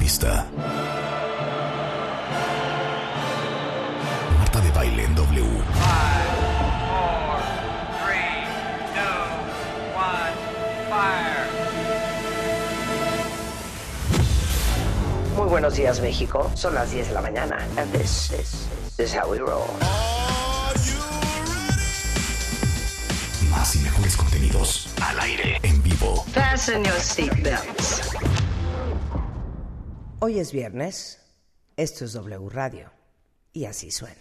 pista. Marta de Baile en W. 5, 4, 3, 2, 1, fire. Muy buenos días, México. Son las 10 de la mañana. And this is how we roll. Más y mejores contenidos al aire, en vivo. Fasten your seatbelts. Hoy es viernes. Esto es W Radio. Y así suena.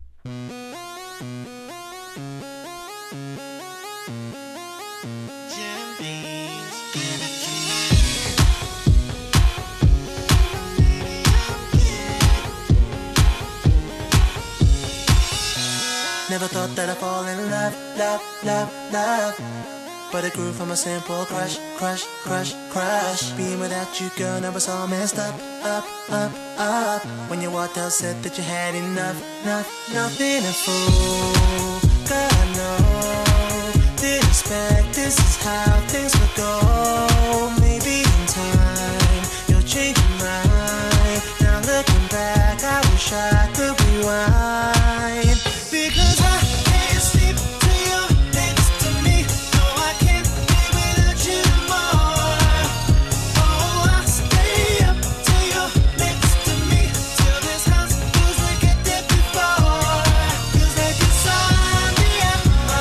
Never thought that I'd fall in love, love, love, love. But it grew from a simple crush, crush, crush, crush. Being without you, girl, never saw messed up, up, up, up. When you walked out, said that you had enough, enough, nothing to fool. Girl, I know, didn't expect this is how things would go. Maybe in time, you'll change your mind. Now looking back, I wish I could rewind. Because I can't sleep till you're next to me. No, I can't live without you more. Oh, I stay up till you're next to me. Till this house feels like it did before. Feels like insomnia.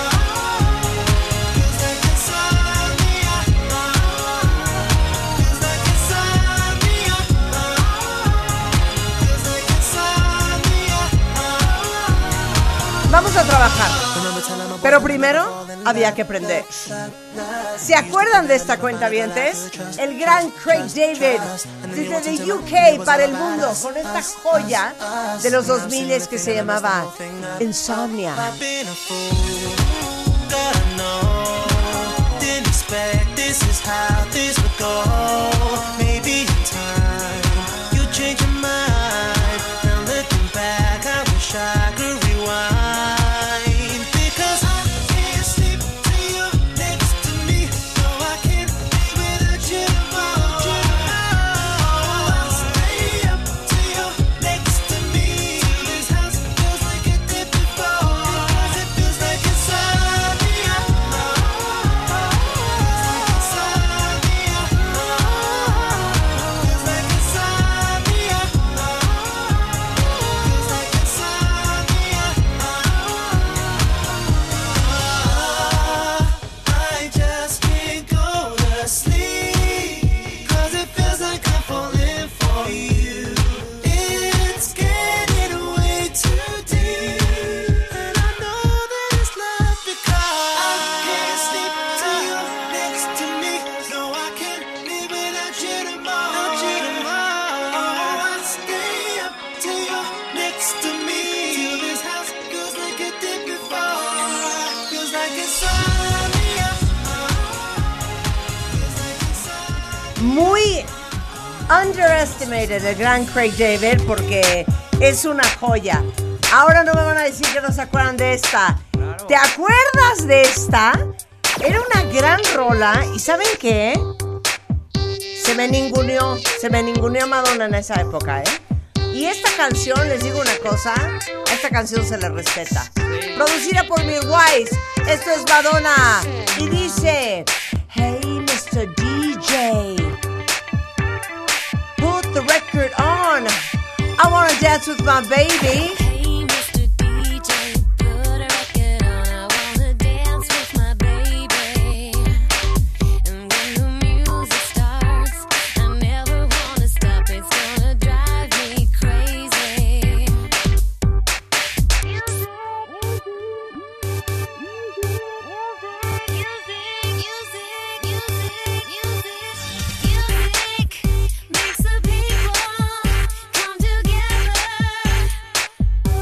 Feels like insomnia. Feels like insomnia. Feels like insomnia. Vamos a trabajar. Pero primero había que aprender. ¿Se acuerdan de esta cuentavientes? El gran Craig David, desde the UK para el mundo, con esta joya de los 2000 que se llamaba Insomnia. I've been a fool, God I know. Didn't expect this is how this would go. Maybe in time you change your mind. Now looking back, I wish I could rewind. Because I can't sleep till you're next to me. No, I can't live without you more. I'll stay up till you're next to me. Till this house feels like it did before. Because it feels like insomnia. Feels like insomnia. Feels like insomnia. Feels like insomnia. I just can't go to sleep. 'Cause it feels like I'm falling for you. It's getting way too deep. And I know that it's love because I can't sleep till you're next to me. No, I can't live without you tomorrow. Oh, I stay up till you're next to me. Till this house feels like it did before. Feels like insomnia. Feels like insomnia. Muy underestimated el gran Craig David porque es una joya. Ahora no me van a decir que no se acuerdan de esta. ¿Te acuerdas de esta? Era una gran rola y ¿saben qué? Se me ninguneó Madonna en esa época, ¿eh? Y esta canción, les digo una cosa, a esta canción se le respeta. Producida por Mir Wise, esto es Madonna y dice: Hey Mr. DJ, put the record on. I wanna dance with my baby. Hey, Mr. DJ, put a record on. I wanna dance with my baby. And when the music starts, I never wanna stop. It's gonna drive me crazy. Music makes the people come together.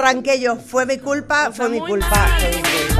arranqué yo. Fue mi culpa, fue mi culpa, fue mi culpa.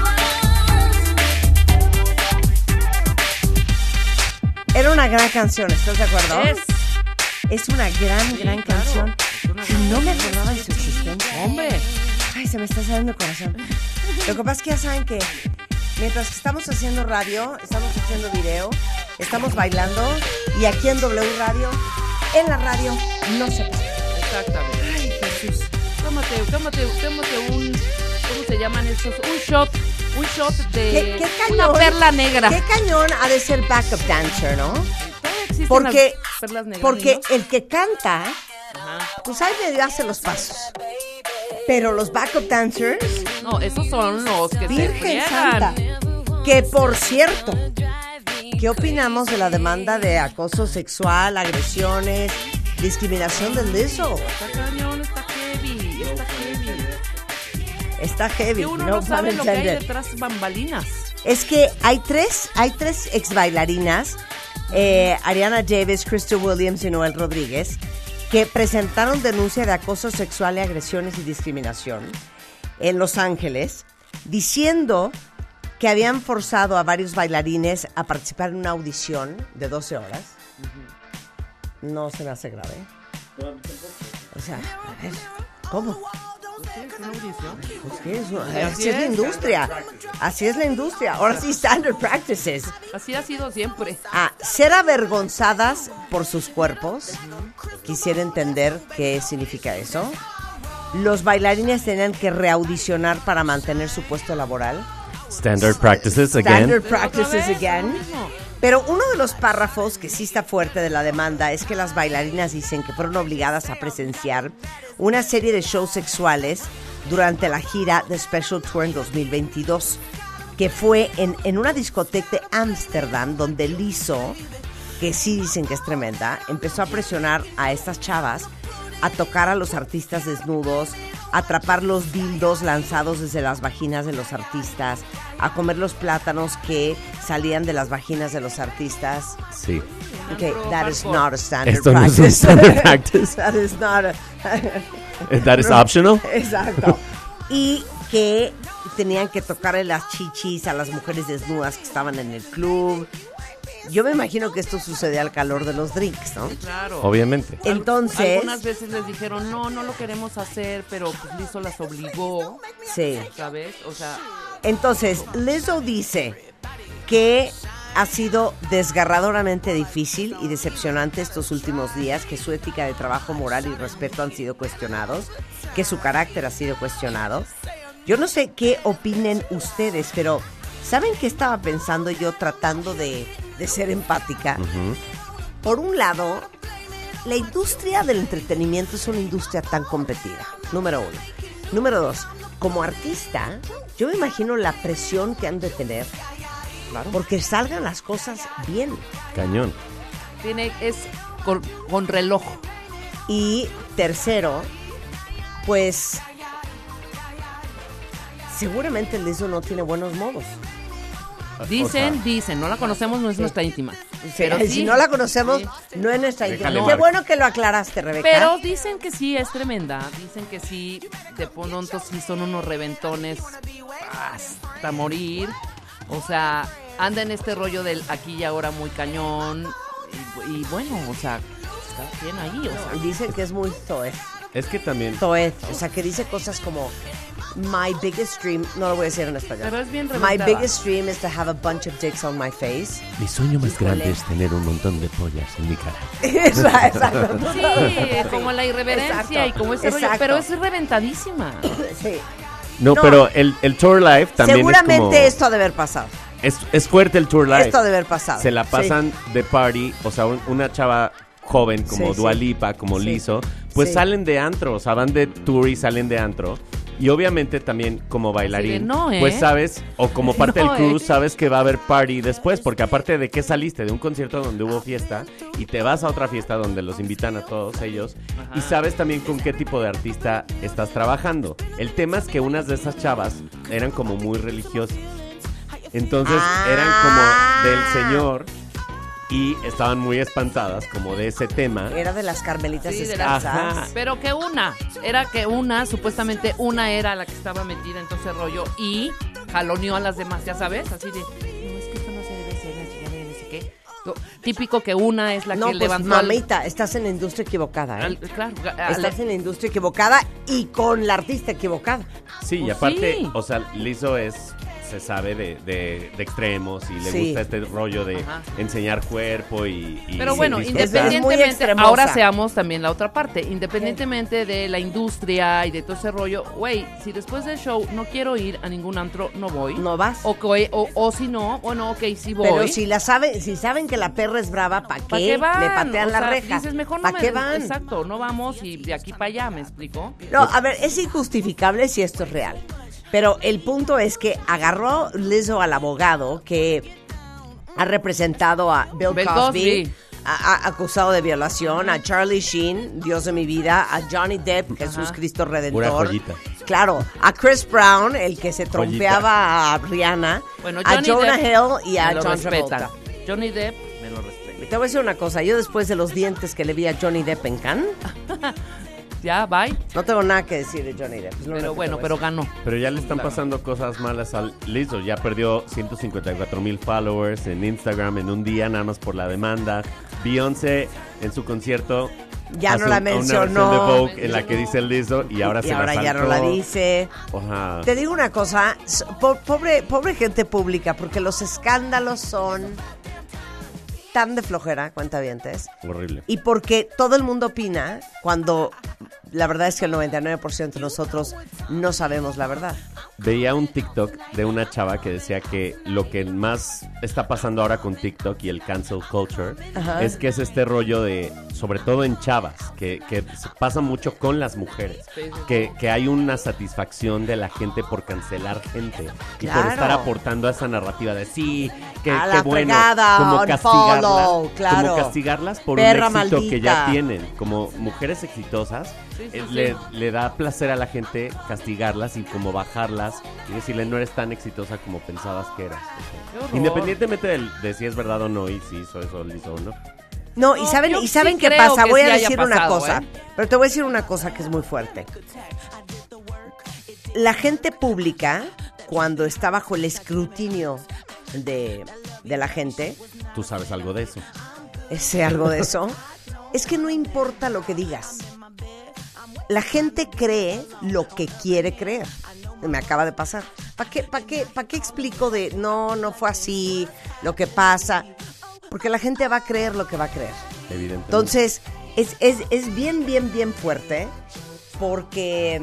Era una gran canción, ¿estás de acuerdo? Es una gran canción. Y no me acordaba de su existencia. Hombre. Ay, se me está saliendo el corazón. Lo que pasa es que ya saben que mientras que estamos haciendo radio, estamos haciendo video, estamos bailando y aquí en W Radio, en la radio, no se puede. Exactamente. Ay, Jesús. Tómate un... ¿Cómo se llaman estos? Un shot de ¿Qué una perla negra. Qué cañón ha de ser backup dancer, ¿no? Existen Porque, las perlas negras, porque ¿no? el que canta, pues ahí medio hace los pasos. Pero los backup dancers, No, esos son los que se Virgen friegan. Santa. Que por cierto, ¿qué opinamos de la demanda de acoso sexual, agresiones, discriminación del Lizzo? Está cañón, está heavy. Está heavy, Que uno no no sabe pun lo que hay intended. detrás bambalinas. Es que hay tres ex bailarinas, Ariana Davis, Crystal Williams y Noel Rodríguez, que presentaron denuncia de acoso sexual y agresiones y discriminación en Los Ángeles, diciendo que habían forzado a varios bailarines a participar en una audición de 12 horas. No se me hace grave. O sea, a ver, ¿cómo? Pues, ¿qué es? Así es la industria. Así es la industria. Ahora sí, standard practices. Así ha sido siempre. Ser avergonzadas por sus cuerpos. Quisiera entender qué significa eso. Los bailarines tenían que reaudicionar para mantener su puesto laboral. Standard practices again. Standard practices again. Pero uno de los párrafos que sí está fuerte de la demanda es que las bailarinas dicen que fueron obligadas a presenciar una serie de shows sexuales durante la gira de Special Tour en 2022, que fue en una discoteca de Ámsterdam, donde Lizzo, que sí dicen que es tremenda, empezó a presionar a estas chavas a tocar a los artistas desnudos, a atrapar los dildos lanzados desde las vaginas de los artistas, a comer los plátanos que salían de las vaginas de los artistas. Sí. Okay, that is not a standard Esto no es practice. un standard practice. That is not a... That is optional. Exacto. Y que tenían que tocarle las chichis a las mujeres desnudas que estaban en el club. Yo me imagino que esto sucede al calor de los drinks, ¿no? Claro. Obviamente. Entonces... Algunas veces les dijeron, no lo queremos hacer, pero pues Lizzo las obligó, Sí. ¿sabes? O sea, Entonces, Lizzo dice que ha sido desgarradoramente difícil y decepcionante estos últimos días, que su ética de trabajo, moral y respeto han sido cuestionados, que su carácter ha sido cuestionado. Yo no sé qué opinen ustedes, pero ¿saben qué estaba pensando yo tratando de ser empática? Por un lado, la industria del entretenimiento es una industria tan competida, número uno. Número dos, como artista, yo me imagino la presión que han de tener porque salgan las cosas bien. Cañón. es con reloj. Y tercero, pues seguramente Lizzo no tiene buenos modos. Dicen, no la conocemos, no es nuestra íntima. Pero Si sí, no la conocemos, sí. no es nuestra íntima. Déjale Qué marca. bueno que lo aclaraste, Rebeca. Pero dicen que sí es tremenda. Dicen que sí, de pronto sí son unos reventones hasta morir. O sea, anda en este rollo del aquí y ahora muy cañón. Y bueno, o sea, está bien ahí. O sea, Dicen que es muy toez. Es que también... Toez. O sea, que dice cosas como my biggest dream, no lo voy a decir en español. Pero es bien My reventada. biggest dream is to have a bunch of dicks on my face. Mi sueño más Híjole. grande es tener un montón de pollas en mi cara. Exacto. sí, como la irreverencia Exacto. y como ese rollo. Exacto. Pero es reventadísima. Sí. No, No. pero el Tour Live también Seguramente es como... esto ha de haber pasado. Es fuerte el Tour Live. Esto ha de haber pasado. Se la Sí. pasan de party, o sea, una chava joven como Sí, Dua sí. Lipa, como Sí. Lizzo, pues Sí. salen de antro, o sea, van de tour y salen de antro. Y obviamente también como bailarín, no, pues sabes, o como parte No, del crew, sabes que va a haber party después, porque aparte de que saliste de un concierto donde hubo fiesta y te vas a otra fiesta donde los invitan a todos ellos y sabes también con qué tipo de artista estás trabajando. El tema es que unas de esas chavas eran como muy religiosas. Entonces eran como del señor y estaban muy espantadas como de ese tema. Era de las Carmelitas Sí, de Descalzas. Ajá. Pero supuestamente una era la que estaba metida en todo ese rollo y jaloneó a las demás, ya sabes, así de, no, es que esto no se debe hacer, no sé qué. Típico que una es la No, que pues levantó al- mamita, estás en la industria equivocada, ¿eh? claro, Estás en la industria equivocada y con la artista equivocada. Sí, y Pues aparte, sí. o sea, Lizzo se sabe de extremos y le Sí. gusta este rollo de Ajá. enseñar cuerpo y Pero bueno, disfrutar. Es muy independientemente, extremosa. ahora seamos también la otra parte, independientemente de la industria y de todo ese rollo, güey, si después del show no quiero ir a ningún antro, no voy. No vas. O si no, bueno, ok, sí voy. Pero si saben que la perra es brava, ¿para ¿Para qué qué van? le patean O la sea, reja? Dices, mejor no ¿Para me... qué van? Exacto, no vamos y de aquí para allá, ¿me explico? No, a ver, es injustificable si esto es real. Pero el punto es que agarró Lizzo al abogado que ha representado a Bill Bill Cosby, Cosby. acusado de violación, a Charlie Sheen, Dios de mi vida, a Johnny Depp, Jesús Cristo Redentor. Pura joyita. Claro, a Chris Brown, el que se trompeaba a Rihanna, Bueno, a Johnny Jonah Depp Hill y a me lo John respetan. Travolta. Johnny Depp me lo respeta. Te voy a decir una cosa, yo después de los dientes que le vi a Johnny Depp en Cannes, Ya, bye. no tengo nada que decir de Johnny Depp. es lo único Pero que bueno, te voy a pero decir. ganó. Pero ya le están Claro. pasando cosas malas a Lizzo. Ya perdió 154,000 followers en Instagram en un día, nada más por la demanda. Beyoncé en su concierto Ya hace no la una mencionó. versión de Vogue en la que dice Lizzo y ahora Y se ahora la ya no la saltó. dice. Ajá. Te digo una cosa, pobre gente pública, porque los escándalos son tan de flojera, cuentavientes, Horrible. y porque todo el mundo opina cuando la verdad es que el 99% de nosotros no sabemos la verdad. Veía un TikTok de una chava que decía que lo que más está pasando ahora con TikTok y el cancel culture Ajá. es que es este rollo de, sobre todo en chavas, que se pasa mucho con las mujeres, Sí, sí. que hay una satisfacción de la gente por cancelar gente y por Claro. estar aportando a esa narrativa de sí, que A qué la bueno, fregada, como unfollow, claro. como castigarlas por Perra un éxito que ya maldita. tienen, como mujeres exitosas. Sí, sí, sí. Le da placer a la gente castigarlas y como bajarlas y decirle no eres tan exitosa como pensabas que eras. Qué horror. Independientemente de si es verdad o no y si hizo eso, lo hizo o no. No, y No, saben, yo y saben sí qué creo pasa. que Voy sí a haya decir una pasado, cosa, ¿eh? pero te voy a decir una cosa que es muy fuerte. La gente pública, cuando está bajo el escrutinio de la gente, Tú sabes algo de eso. sé algo de eso, es que no importa lo que digas. La gente cree lo que quiere creer. Me acaba de pasar. ¿Para qué explico de no fue así, lo que pasa? Porque la gente va a creer lo que va a creer. Evidentemente. Entonces, es bien fuerte porque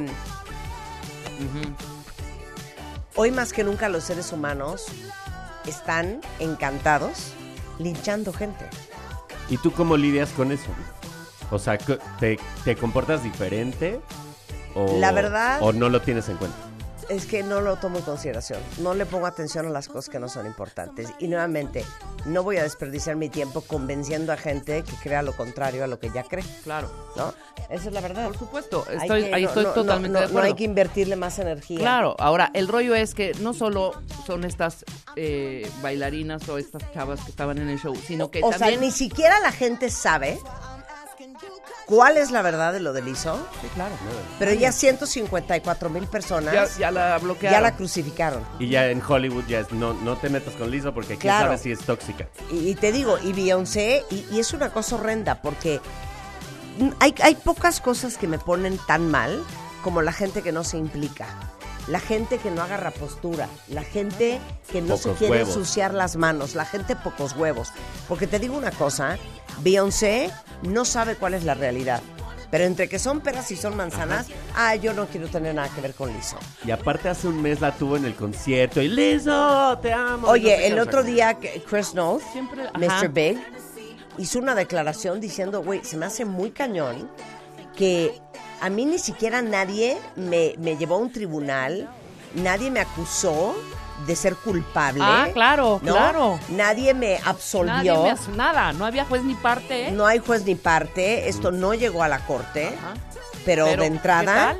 hoy más que nunca los seres humanos están encantados linchando gente. ¿Y tú cómo lidias con eso? O sea, ¿te comportas diferente? O, La verdad- ¿O no lo tienes en cuenta? Es que no lo tomo en consideración. No le pongo atención a las cosas que no son importantes. Y nuevamente, no voy a desperdiciar mi tiempo convenciendo a gente que crea lo contrario a lo que ya cree. Claro. ¿No? Esa es la verdad. Por supuesto, Hay estoy, que- ahí no- estoy no- totalmente no- de no acuerdo. hay que invertirle más energía. Claro, ahora el rollo es que no solo son estas bailarinas o estas chavas que estaban en el show, sino que O sea, también... ni siquiera la gente sabe cuál es la verdad de lo de Lizzo, Sí, claro. pero ya 154,000 personas Ya la bloquearon. ya la crucificaron. Y ya en Hollywood ya es, no te metas con Lizzo porque quién Claro. sabe si es tóxica. Y te digo, y Beyoncé, y es una cosa horrenda, porque hay pocas cosas que me ponen tan mal como la gente que no se implica, la gente que no agarra postura, la gente que no se Pocos quiere huevos. ensuciar las manos, la gente pocos huevos. Porque te digo una cosa, Beyoncé no sabe cuál es la realidad. Pero entre que son peras y son manzanas, yo no quiero tener nada que ver con Lizzo. Y aparte hace un mes la tuvo en el concierto y Lizzo, te amo. No sé Oye, qué, el o sea, otro día que Chris Noth, Siempre, ajá. Mr. Big, hizo una declaración diciendo, güey, se me hace muy cañón que a mí ni siquiera nadie me llevó a un tribunal, nadie me acusó de ser culpable. Ah, claro, ¿no? claro. Nadie me absolvió. Nada, no había juez ni parte, ¿eh? No hay juez ni parte, esto no llegó a la corte, Ajá. pero de ¿qué entrada, tal?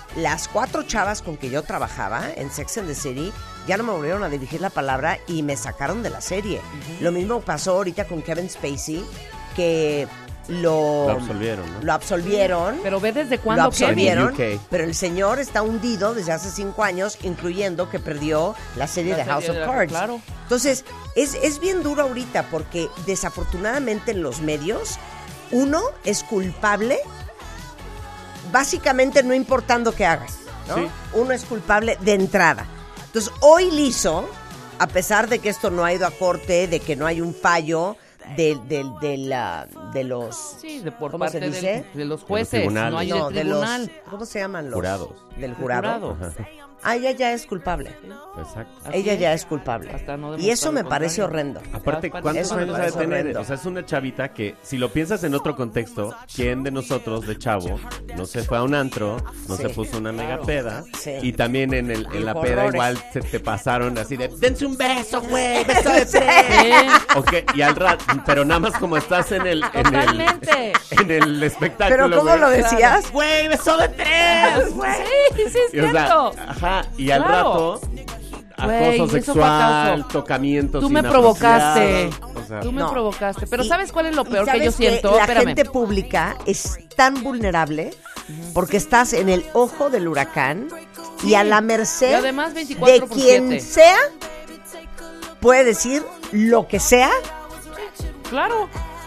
las 4 chavas con que yo trabajaba en Sex and the City ya no me volvieron a dirigir la palabra y me sacaron de la serie. Lo mismo pasó ahorita con Kevin Spacey, que lo absolvieron, ¿no? Lo absolvieron. Pero ve desde Lo cuándo, absolvieron, Kevin. UK. pero el señor está hundido desde hace 5 años, incluyendo que perdió la serie de House of Cards. Claro. Entonces, es bien duro ahorita porque desafortunadamente en los medios uno es culpable básicamente no importando qué hagas, ¿no? Sí. Uno es culpable de entrada. Entonces, hoy Lizzo, a pesar de que esto no ha ido a corte, de que no hay un fallo de los... Sí, de por ¿cómo parte se dice? de los jueces, tribunales. no hay No, del de los... tribunal. ¿Cómo se llaman los? Jurados. Del jurado. Jurado. Ah, ella ya es culpable. Exacto. Así Ella es. ya es culpable. Hasta no Y eso demostrar me lo parece contrario. horrendo. Aparte, Eso ¿cuántos me años ha de parece tener? horrendo. O sea, es una chavita que, si lo piensas en otro contexto, ¿quién de nosotros, de chavo, no se fue a un antro, no Sí. se puso una mega peda? Sí. Y también en la Dijo peda horrores. igual se te pasaron así de, dense un beso, güey, beso de Sí. tres. Ok, y al rato, pero nada más como estás en el Totalmente. en el espectáculo, ¿Pero cómo güey. lo decías? Güey, beso de tres, güey. Sí, sí, es Y, o sea, cierto. ajá, y al Claro. rato, Güey, acoso eso fue sexual, acoso. tocamientos Tú me provocaste. inapropiados, o sea, Tú me No. provocaste. Pero Y- ¿sabes cuál es lo y peor que ¿sabes yo siento? La Espérame. gente pública es tan vulnerable porque estás en el ojo del huracán y a la merced Y además de 24/7. quien sea puede decir lo que sea Claro,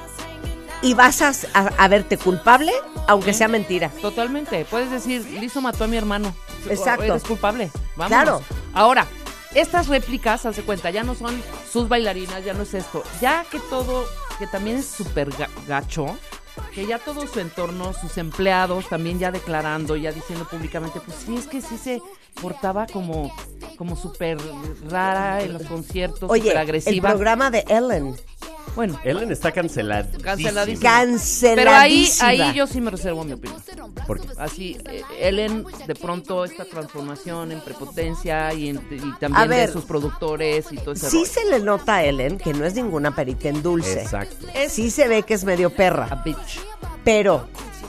y vas a verte culpable aunque sea mentira. totalmente. Puedes decir, Lizzo mató a mi hermano. Exacto. Eres culpable. Vámonos. Claro. Ahora, estas réplicas, haz de cuenta, ya no son sus bailarinas, ya no es esto. Ya que todo, que también es súper gacho, que ya todo su entorno, sus empleados también ya declarando, ya diciendo públicamente, pues sí, es que sí se portaba como súper rara en los conciertos, Oye, súper el agresiva. programa de Ellen, Bueno, Ellen está cancelada. canceladísima. canceladísima. Pero ahí yo sí me reservo mi opinión. Porque Así, Ellen, de pronto, esta transformación en prepotencia y A también ver, de sus productores y todo ese Sí rollo. se le nota a Ellen que no es ninguna perita en dulce. exacto. Sí se ve que es medio A perra. bitch. Pero,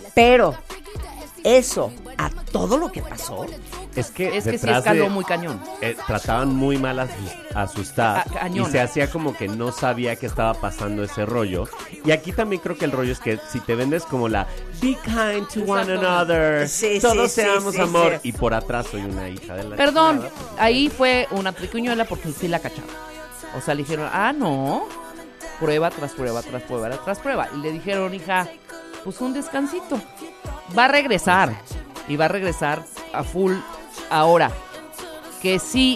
eso, a todo lo que pasó, Es que Es que sí detrás escaló de- muy cañón. trataban muy mal a su staff Cañón. y se hacía como que no sabía que estaba pasando ese rollo. Y aquí también creo que el rollo es que si te vendes como la be kind to one Exactamente. another, Sí, todos sí, seamos sí, amor, sí. y por atrás soy una hija de la Perdón, chingada, pues, ahí fue una tricuñuela porque sí la cacharon. O sea, le dijeron, no, prueba tras prueba, tras prueba, tras prueba. Y le dijeron, hija, pues un descansito. Va a regresar. Y va a regresar a full ahora. Que sí,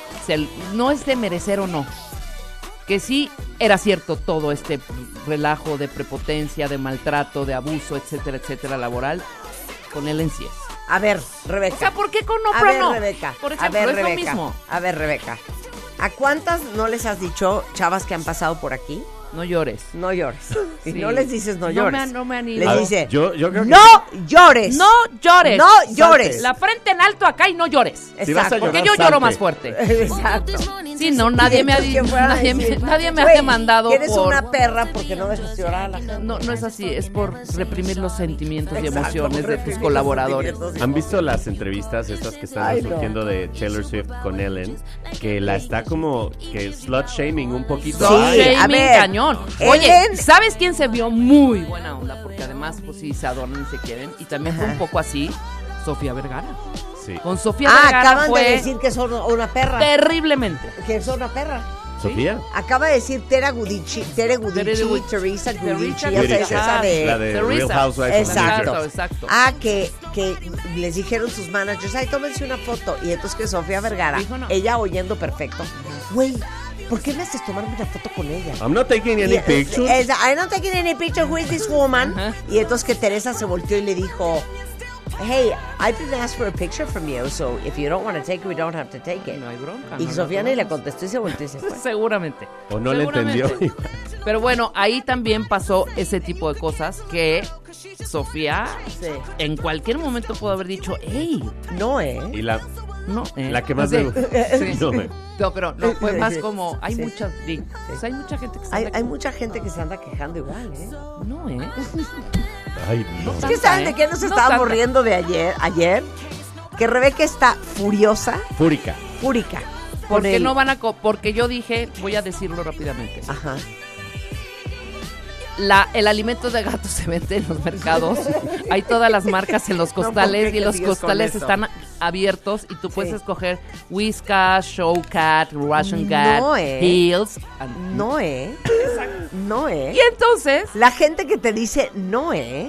no es de merecer o no. Que sí era cierto todo este relajo de prepotencia, de maltrato, de abuso, etcétera, etcétera, laboral, con él en sí es. a ver, Rebeca. O sea, ¿por qué con a Oprah ver, no? Rebeca. Por a ejemplo, ver, es Rebeca. lo mismo. A ver, Rebeca. ¿A cuántas no les has dicho, chavas que han pasado por aquí? No llores. No llores. Y Sí. no les dices no llores. No me Les Ah, dice, yo creo que no llores. No llores. No llores. La frente en alto acá y no llores. Si vas a Exacto. Porque llorar, yo lloro salte. más fuerte. Exacto. Sí, no, nadie me ha Entonces, que fueran a decir, nadie me ha "Güey, demandado Eres por... una perra porque no dejas llorar a la gente. No, no es así, es por reprimir los sentimientos y Exacto, emociones de reprimir tus los colaboradores. sentimientos. ¿Han visto las entrevistas estas que están Ay, no. surgiendo de Taylor Swift con Ellen? Que la está como que slut shaming un poquito. Sí, Ay, a Shaming ver, cañón. Oye, Ellen- ¿sabes quién se vio muy buena onda? Porque además, pues sí, se adornan y se quieren. Y también fue un poco así, Sofía Vergara. sí. Con Sofía Vergara Acaban fue de decir que son una perra. terriblemente. Que son una perra. ¿Sofía? Acaba de decir Tere Gudici, Tere Gudici. Teresa Gudici, Teresa ya sabes, Gudici. esa de... La de Teresa. Real Housewives of Exacto. New Jersey. Exacto. Ah, que les dijeron sus managers, ay, tómense una foto. Y entonces que Sofía Vergara, Dijo no. ella oyendo perfecto, güey, ¿por qué me haces tomarme una foto con ella? I'm not taking any pictures. I'm not taking any picture, who is this woman? Ajá. Y entonces que Teresa se volteó y le dijo, hey, I've been asked for a picture from you, so if you don't want to take it, we don't have to take it. No hay bronca. Y no Sofía hay ni le problema. contestó y se volteó y se fue. Seguramente. O no le entendió. Seguramente. Pero bueno, ahí también pasó ese tipo de cosas que Sofía Sí. en cualquier momento pudo haber dicho, hey, No, Y la no. La que más Sí. me gusta. Sí. No, No, pero no, fue más Sí. como, hay Sí. muchas, o sea, hay mucha gente que se Hay, anda- hay mucha gente que se anda quejando igual, ¿eh? No, Ay, no. Es que ¿saben de qué nos No estábamos tanta. riendo de ayer? que Rebeca está furiosa, Fúrica. fúrica. Porque no van a porque yo dije, voy a decirlo rápidamente. Ajá. El alimento de gato se vende en los mercados. Hay todas las marcas en los No puedo costales creer y que los sigues con costales eso. están abiertos y tú puedes Sí. escoger Whiskas, Showcat, Russian Cat, No, Hills. No, No, Y entonces, La gente que te dice no,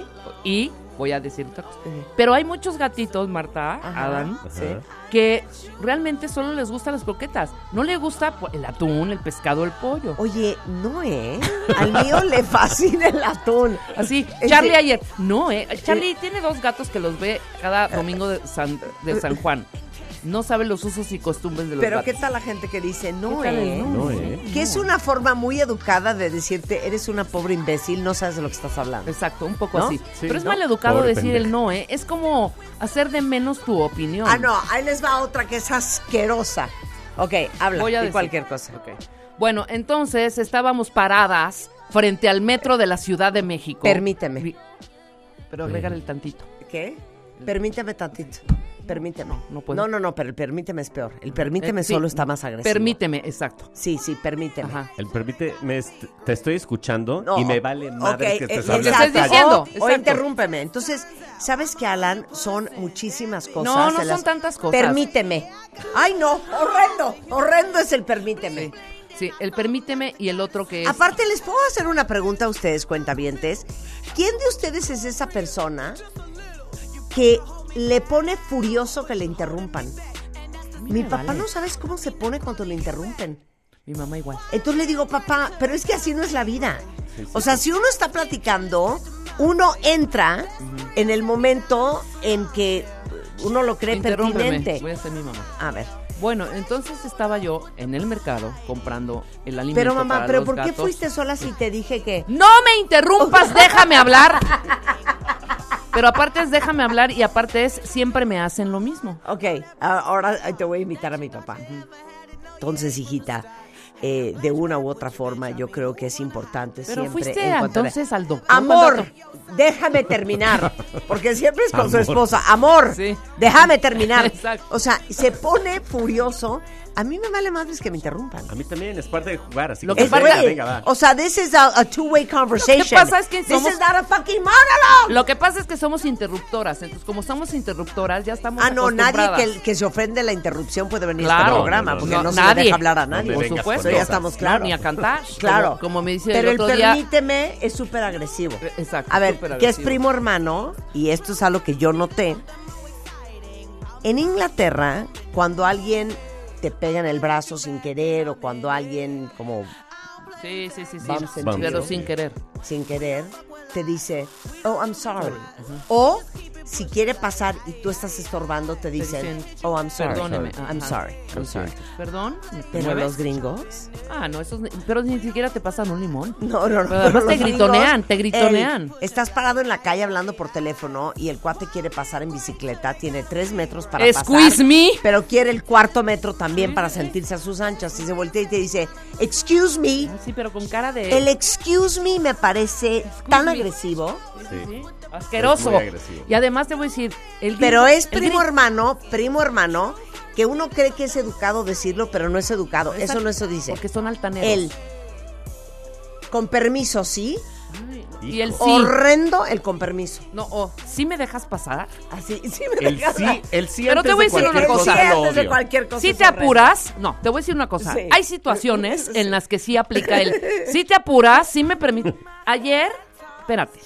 y voy a decir otra cosa. Pero hay muchos gatitos, Marta, Ajá. Adán, Sí. que realmente solo les gustan las croquetas. No le gusta el atún, el pescado, el pollo. Oye, no, Al mío le fascina el atún. Así, Es Charlie que- ayer, Charlie tiene 2 gatos que los ve cada domingo de San Juan. No sabe los usos y costumbres de los Pero gatos. ¿qué tal la gente que dice no, ¿Qué tal el No, Que es una forma muy educada de decirte, eres una pobre imbécil, no sabes de lo que estás hablando. Exacto, un poco ¿No? así. Sí, Pero es ¿no? mal educado Pobre decir el pendeja. no, ¿eh? Es como hacer de menos tu opinión. Ah, no, ahí les va otra que es asquerosa. Ok, habla, Voy a di decir. cualquier cosa. Ok. Bueno, entonces estábamos paradas frente al metro de la Ciudad de México. Permíteme. Pero agrégale el tantito. ¿Qué? Permíteme tantito. Permíteme. No puedo. No, pero el permíteme es peor. El permíteme Sí, solo está más agresivo. Permíteme, exacto. Sí, permíteme. Ajá. El permíteme, te estoy escuchando No, y me vale madre ok, que estés exacto. hablando. Lo que estás diciendo, O exacto. interrúmpeme. Entonces, ¿sabes qué, Alan? Son muchísimas cosas. No, no de son tantas cosas. Permíteme. Ay, no, horrendo. Horrendo es el permíteme. Sí, el permíteme y el otro que es... Aparte, les puedo hacer una pregunta a ustedes, cuentavientes. ¿Quién de ustedes es esa persona que le pone furioso que le interrumpan? Mi me papá vale. no sabes cómo se pone cuando le interrumpen. Mi mamá igual. Entonces le digo, papá, pero es que así no es la vida. O sea, si uno está platicando, uno entra en el momento en que uno lo cree Interrúmpeme, pertinente. voy a ser mi mamá. A ver. Bueno, entonces estaba yo en el mercado comprando el alimento Pero mamá, para ¿pero los por qué gatos. fuiste sola si te dije que...? ¡No me interrumpas! ¡Déjame hablar! Pero aparte es déjame hablar y aparte es siempre me hacen lo mismo. Ok, ahora te voy a invitar a mi papá. Entonces, hijita, de una u otra forma, yo creo que es importante Pero siempre... fuiste encontrar- entonces al doctor. Amor, déjame terminar. Porque siempre es con su Amor. esposa. Amor, Sí. déjame terminar. Exacto. O sea, se pone furioso. A mí me vale madres que me interrumpan. A mí también, es parte de jugar, así Lo que que pasa- venga, Oye, venga, va. o sea, this is a two-way conversation. pasa es que This somos- is not a fucking monologue. Lo que pasa es que somos interruptoras. Entonces, como somos interruptoras, ya estamos Ah, no, nadie acostumbradas. que se ofende la interrupción puede venir a Claro. este programa, No, no, porque no. no se Nadie. le deja hablar a No nadie. me Por vengas supuesto. con ya cosas. estamos claros. Ni a cantar. Claro. Como me dice Pero el otro día. permíteme es súper agresivo. Exacto. A ver, súper que es agresivo. primo hermano, y esto es algo que yo noté. En Inglaterra, cuando alguien te pega en el brazo sin querer, o cuando alguien como Sí. Bumps into Pero you. sin querer. sin querer te dice, oh, I'm sorry. O si quiere pasar y tú estás estorbando, te dicen, oh, I'm sorry. Perdóneme. I'm Ajá. sorry. I'm Lo sorry. siento. Perdón. ¿me Pero mueves? los gringos... Ah, no, esos. Pero ni siquiera te pasan un limón. No. Pero además los te gritonean, gringos, te gritonean. estás parado en la calle hablando por teléfono y el cuate quiere pasar en bicicleta, tiene 3 metros para Squeeze pasar. me. Pero quiere el 4.º metro también para sentirse a sus anchas. Y se voltea y te dice, excuse me. Sí, pero con cara de. El excuse me me parece tan me. agresivo. Sí. Asqueroso. Es muy agresivo. Y además te voy a decir. El Pero gringo- es el primo gringo- hermano, que uno cree que es educado decirlo, pero no es educado. Eso no eso dice. Porque son altaneros. Él, con permiso, sí. Ay, y el sí. Horrendo el con permiso. No, ¿sí me dejas pasar? Así, sí me El dejas- sí Pero te antes voy a de decir una cualquier cosa. Sí, lo antes de odio. cualquier cosa. Si es te horrendo. apuras, no, te voy a decir una cosa. Sí. Hay situaciones en las que sí aplica el. Si te apuras, sí me permite. Ayer, espérate.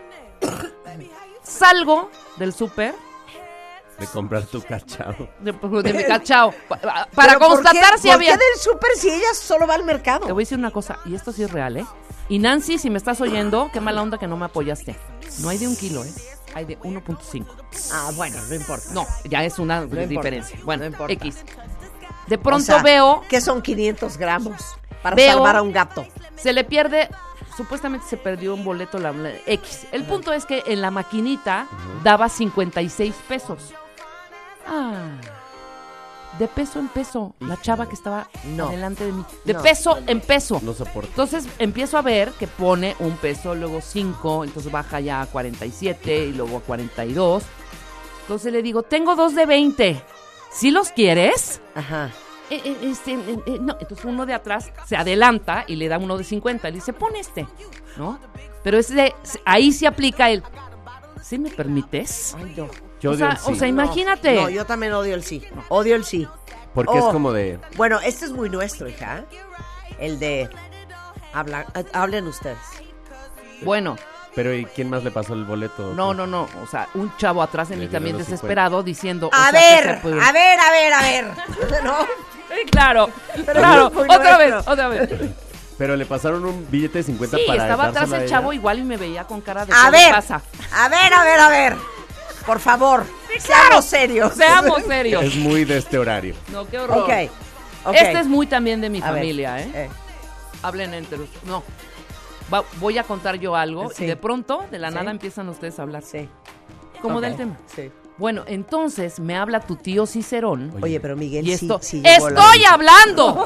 Salgo del súper De comprar tu cachao. de mi cachao para Pero ¿por constatar qué- si ¿por había. qué del súper si ella solo va al mercado? Te voy a decir una cosa, y esto sí es real, ¿eh? Y Nancy, si me estás oyendo, qué mala onda que no me apoyaste. No hay de 1 kilo, ¿eh? Hay de 1.5. Ah, bueno, no importa. No, ya es una importa, diferencia. Bueno, no importa. X. De pronto O sea, veo, que son 500 gramos para Veo- salvar a un gato. se le pierde, supuestamente se perdió un boleto la X. El punto es que en la maquinita daba 56 pesos. Ah, de peso en peso, la chava que estaba No. delante de mí. De No. peso en peso. No soporto. Entonces empiezo a ver que pone 1 peso, luego 5, entonces baja ya a 47 y luego a 42. Entonces le digo, tengo 2 de 20. ¿Sí los quieres? Ajá. No. Entonces uno de atrás se adelanta y le da uno de 50. Le dice, pon este, ¿no? Pero ahí se aplica el, ¿sí me permites? Ay, no. Yo odio el sí. O sea, imagínate. No, yo también odio el sí. Odio el sí. Porque es como de... Bueno, este es muy nuestro, hija. El de... hablen ustedes. Bueno. Pero ¿y quién más le pasó el boleto? No. O sea, un chavo atrás de mí Le también dieron los desesperado diciendo... A ver. ¿No? Sí, claro. Pero Claro. es muy Otra vez. Pero le pasaron un billete de 50 Sí, para estaba atrás dárselo a el ella. chavo igual y me veía con cara de... A ¿qué ver. le pasa? A ver. Por favor, seamos serios. Seamos serios. Es muy de este horario. No, qué horror. Ok. Este es muy también de mi A ver, familia, ¿eh? Hablen entre ustedes. No. Voy a contar yo algo Sí. y de pronto, de la Sí. nada, empiezan ustedes a hablar. Sí. Como Ok. del tema. Sí. Bueno, entonces me habla tu tío Cicerón. Oye, pero Miguel, Y sí, esto, sí llegó la ¡estoy vez. hablando!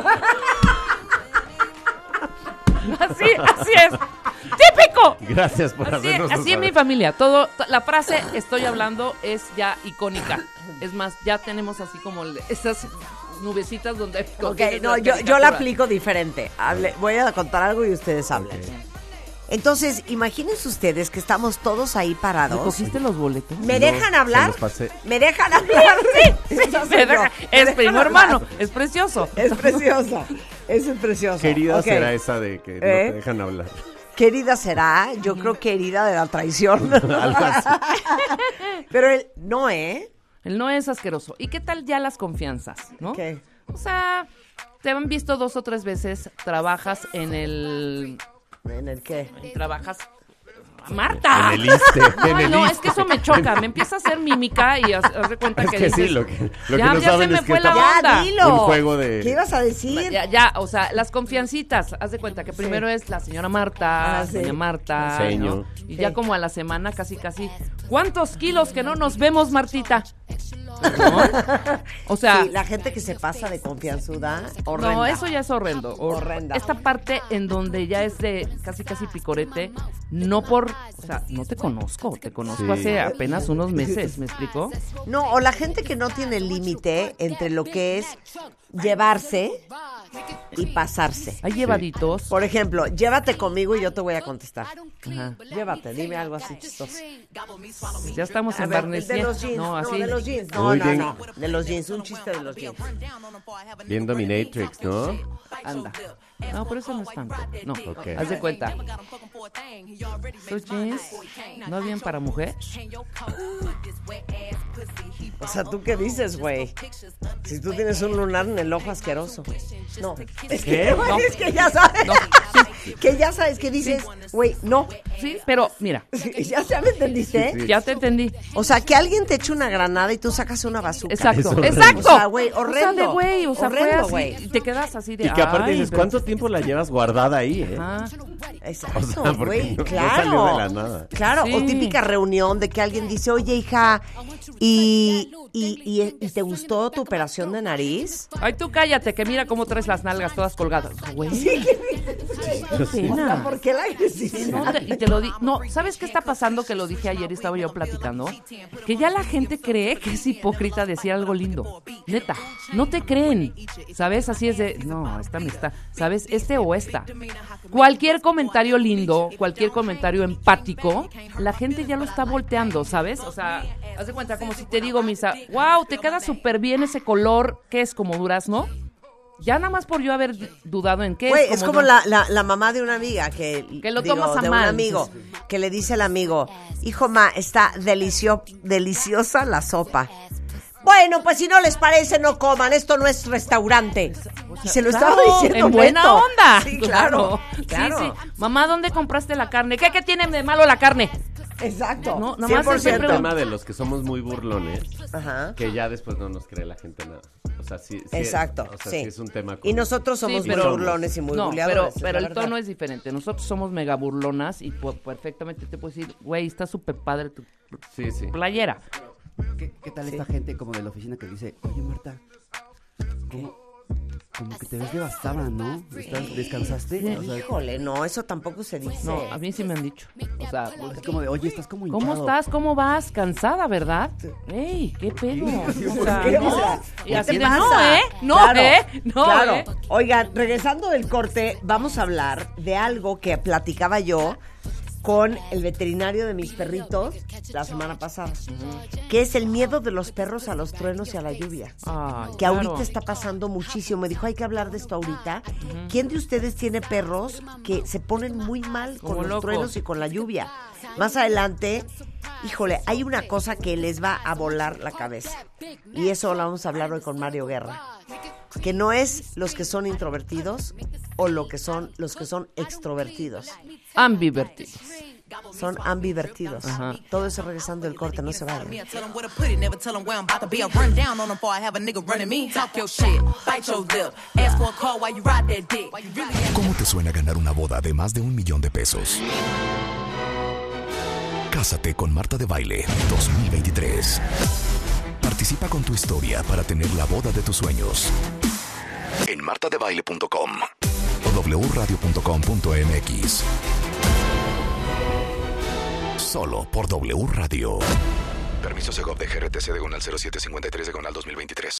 Así es. ¡Típico! Gracias por hacernos Así en mi saber. familia. La frase estoy hablando es ya icónica. Es más, ya tenemos así como esas nubecitas donde... Ok, no, yo la aplico diferente. Voy a contar algo y ustedes hablen. Entonces, imagínense ustedes que estamos todos ahí ¿Me parados. cogiste los boletos? ¿Me No, dejan se hablar? los pasé. ¿Me dejan hablar? Sí, Esa soy me yo. deja- ¿Me es dejan primo hablar? hermano, es precioso. Es preciosa. Eso es precioso. Querida Ok. será esa de que no te dejan hablar. Querida será, yo creo que herida de la traición. Algo así. Pero él no, ¿eh? El no es asqueroso. ¿Y qué tal ya las confianzas, no? ¿Qué? O sea, te han visto 2 o 3 veces, trabajas en el... ¿En el qué? Trabajas... ¡Marta! En el ISSSTE. En Ay, el no, es ISSSTE. que eso me choca. Me empieza a hacer mímica y haz de cuenta Es que que dices... sí, lo que ya, no ya saben se me es que fue la estamos- onda. Ya, dilo. Un juego de- ¿Qué ibas a decir? Ya, o sea, las confiancitas, haz de cuenta que primero es la señora Marta, Ah, sí. doña Marta, Seño. ¿no? Y Sí. ya como a la semana casi, ¿cuántos kilos que no nos vemos, Martita? ¿No? O sea, Sí, la gente que se pasa de confianzuda, horrenda. no, eso ya es horrendo. Horrenda. Esta parte en donde ya es de casi picorete, no por, o sea, no te conozco, te conozco Sí. hace apenas unos meses, ¿me explico? No, o la gente que no tiene límite entre lo que es llevarse y pasarse. Hay llevaditos. Por ejemplo, llévate conmigo y yo te voy a contestar. Ajá. Llévate, dime algo así chistoso. Ya estamos A en ver, Barney de los jeans. No, así. de los jeans. No, Muy no, bien. no. De los jeans, un chiste de los jeans. Bien dominatrix, ¿no? Anda. No, pero eso no es tanto. No, Ok. haz de cuenta. ¿Sus jeans no bien para mujer? O sea, ¿tú qué dices, güey? Si tú tienes un lunar en el ojo asqueroso. No. Es que, ¿Qué? No. es que ya sabes. No. Que ya sabes que dices, güey, no. Sí, pero mira, ¿Ya me entendiste? Sí, sí. ya te entendí. O sea, que alguien te eche una granada y tú sacas una bazooka. Exacto, Es horrendo. exacto. O sea, güey, O horrendo. sea, de güey, o sea, fue Horrendo, así. güey. Y te quedas así de. Y que aparte ay, dices, pero- ¿cuánto tiempo la llevas guardada ahí, eh? Ajá. Exacto, O sea, porque güey, no claro. salió de la nada. Claro, o Sí. típica reunión de que alguien dice, oye, hija, ¿y te gustó tu operación de nariz? Ay, tú cállate, que mira cómo traes las nalgas todas colgadas. Güey, qué pena. ¿Por qué la agresividad? No, y te lo di. No, ¿sabes qué está pasando? Que lo dije ayer y estaba yo platicando. Que ya la gente cree que es hipócrita decir algo lindo. Neta, no te creen. ¿Sabes? Así es de. No, esta me está. ¿Sabes? Este o esta. Cualquier comentario lindo, cualquier comentario empático, la gente ya lo está volteando, ¿sabes? O sea, haz de cuenta como si te digo, Misa, wow, te queda súper bien ese color que es como durazno. Ya nada más por yo haber dudado en qué Güey, es como durazno. la mamá de una amiga que lo tomas a de mal. un amigo que le dice al amigo, hijo, ma, está deliciosa la sopa. Bueno, pues si no les parece, no coman, esto no es restaurante. Y se lo estaba Claro, diciendo en buena Beto. onda. Sí, claro. Sí, sí. Mamá, ¿dónde compraste la carne? ¿Qué tiene de malo la carne? Exacto. No, nada más 100%. estoy El tema de los que somos muy burlones, Ajá. que ya después no nos cree la gente nada. O sea, sí. Exacto, O sea, sí. sí es un tema. Y nosotros somos Sí, muy pero- burlones y muy no, buleadores. pero es la el tono verdad. es diferente. Nosotros somos mega burlonas y perfectamente te puedo decir, güey, está súper padre tu Sí, sí. playera. ¿Qué tal esta gente como de la oficina que dice, oye Marta, como que te ves devastada, ¿no? ¿Descansaste? O sea, Híjole, no, eso tampoco se dice. No, a mí sí me han dicho. O sea, es como de, oye, estás como hinchado. ¿cómo estás? ¿Cómo vas? Cansada, ¿verdad? ¡Ey, qué pedo! O sea, ¿Qué? no. O sea, Y ¿qué así te de, pasa? no, ¿eh? No, Claro, ¿eh? No, claro. ¿eh? Oigan, regresando del corte, vamos a hablar de algo que platicaba yo con el veterinario de mis perritos la semana pasada, que es el miedo de los perros a los truenos y a la lluvia. Ay, Que claro. ahorita está pasando muchísimo. Me dijo, hay que hablar de esto ahorita. ¿Quién de ustedes tiene perros que se ponen muy mal con Como los locos. truenos y con la lluvia? Más adelante, híjole, hay una cosa que les va a volar la cabeza. Y eso lo vamos a hablar hoy con Mario Guerra. Que no es los que son introvertidos o lo que son los que son extrovertidos. Ambivertidos. Son ambivertidos. Ajá. Todo eso regresando del corte, no se vayan. Tell 'em where to put it, never tell 'em where I'm about to be. I run down on 'em before I have a nigga running me. Talk your shit, bite your lip. Ask for a call while you ride that dick. ¿Cómo te suena ganar una boda de más de $1 millón? Cásate con Marta de Baile 2023. Participa con tu historia para tener la boda de tus sueños en martadebaile.com o wradio.com.mx. Solo por W Radio. Permiso Segov de GRTC diagonal 0753 diagonal 2023.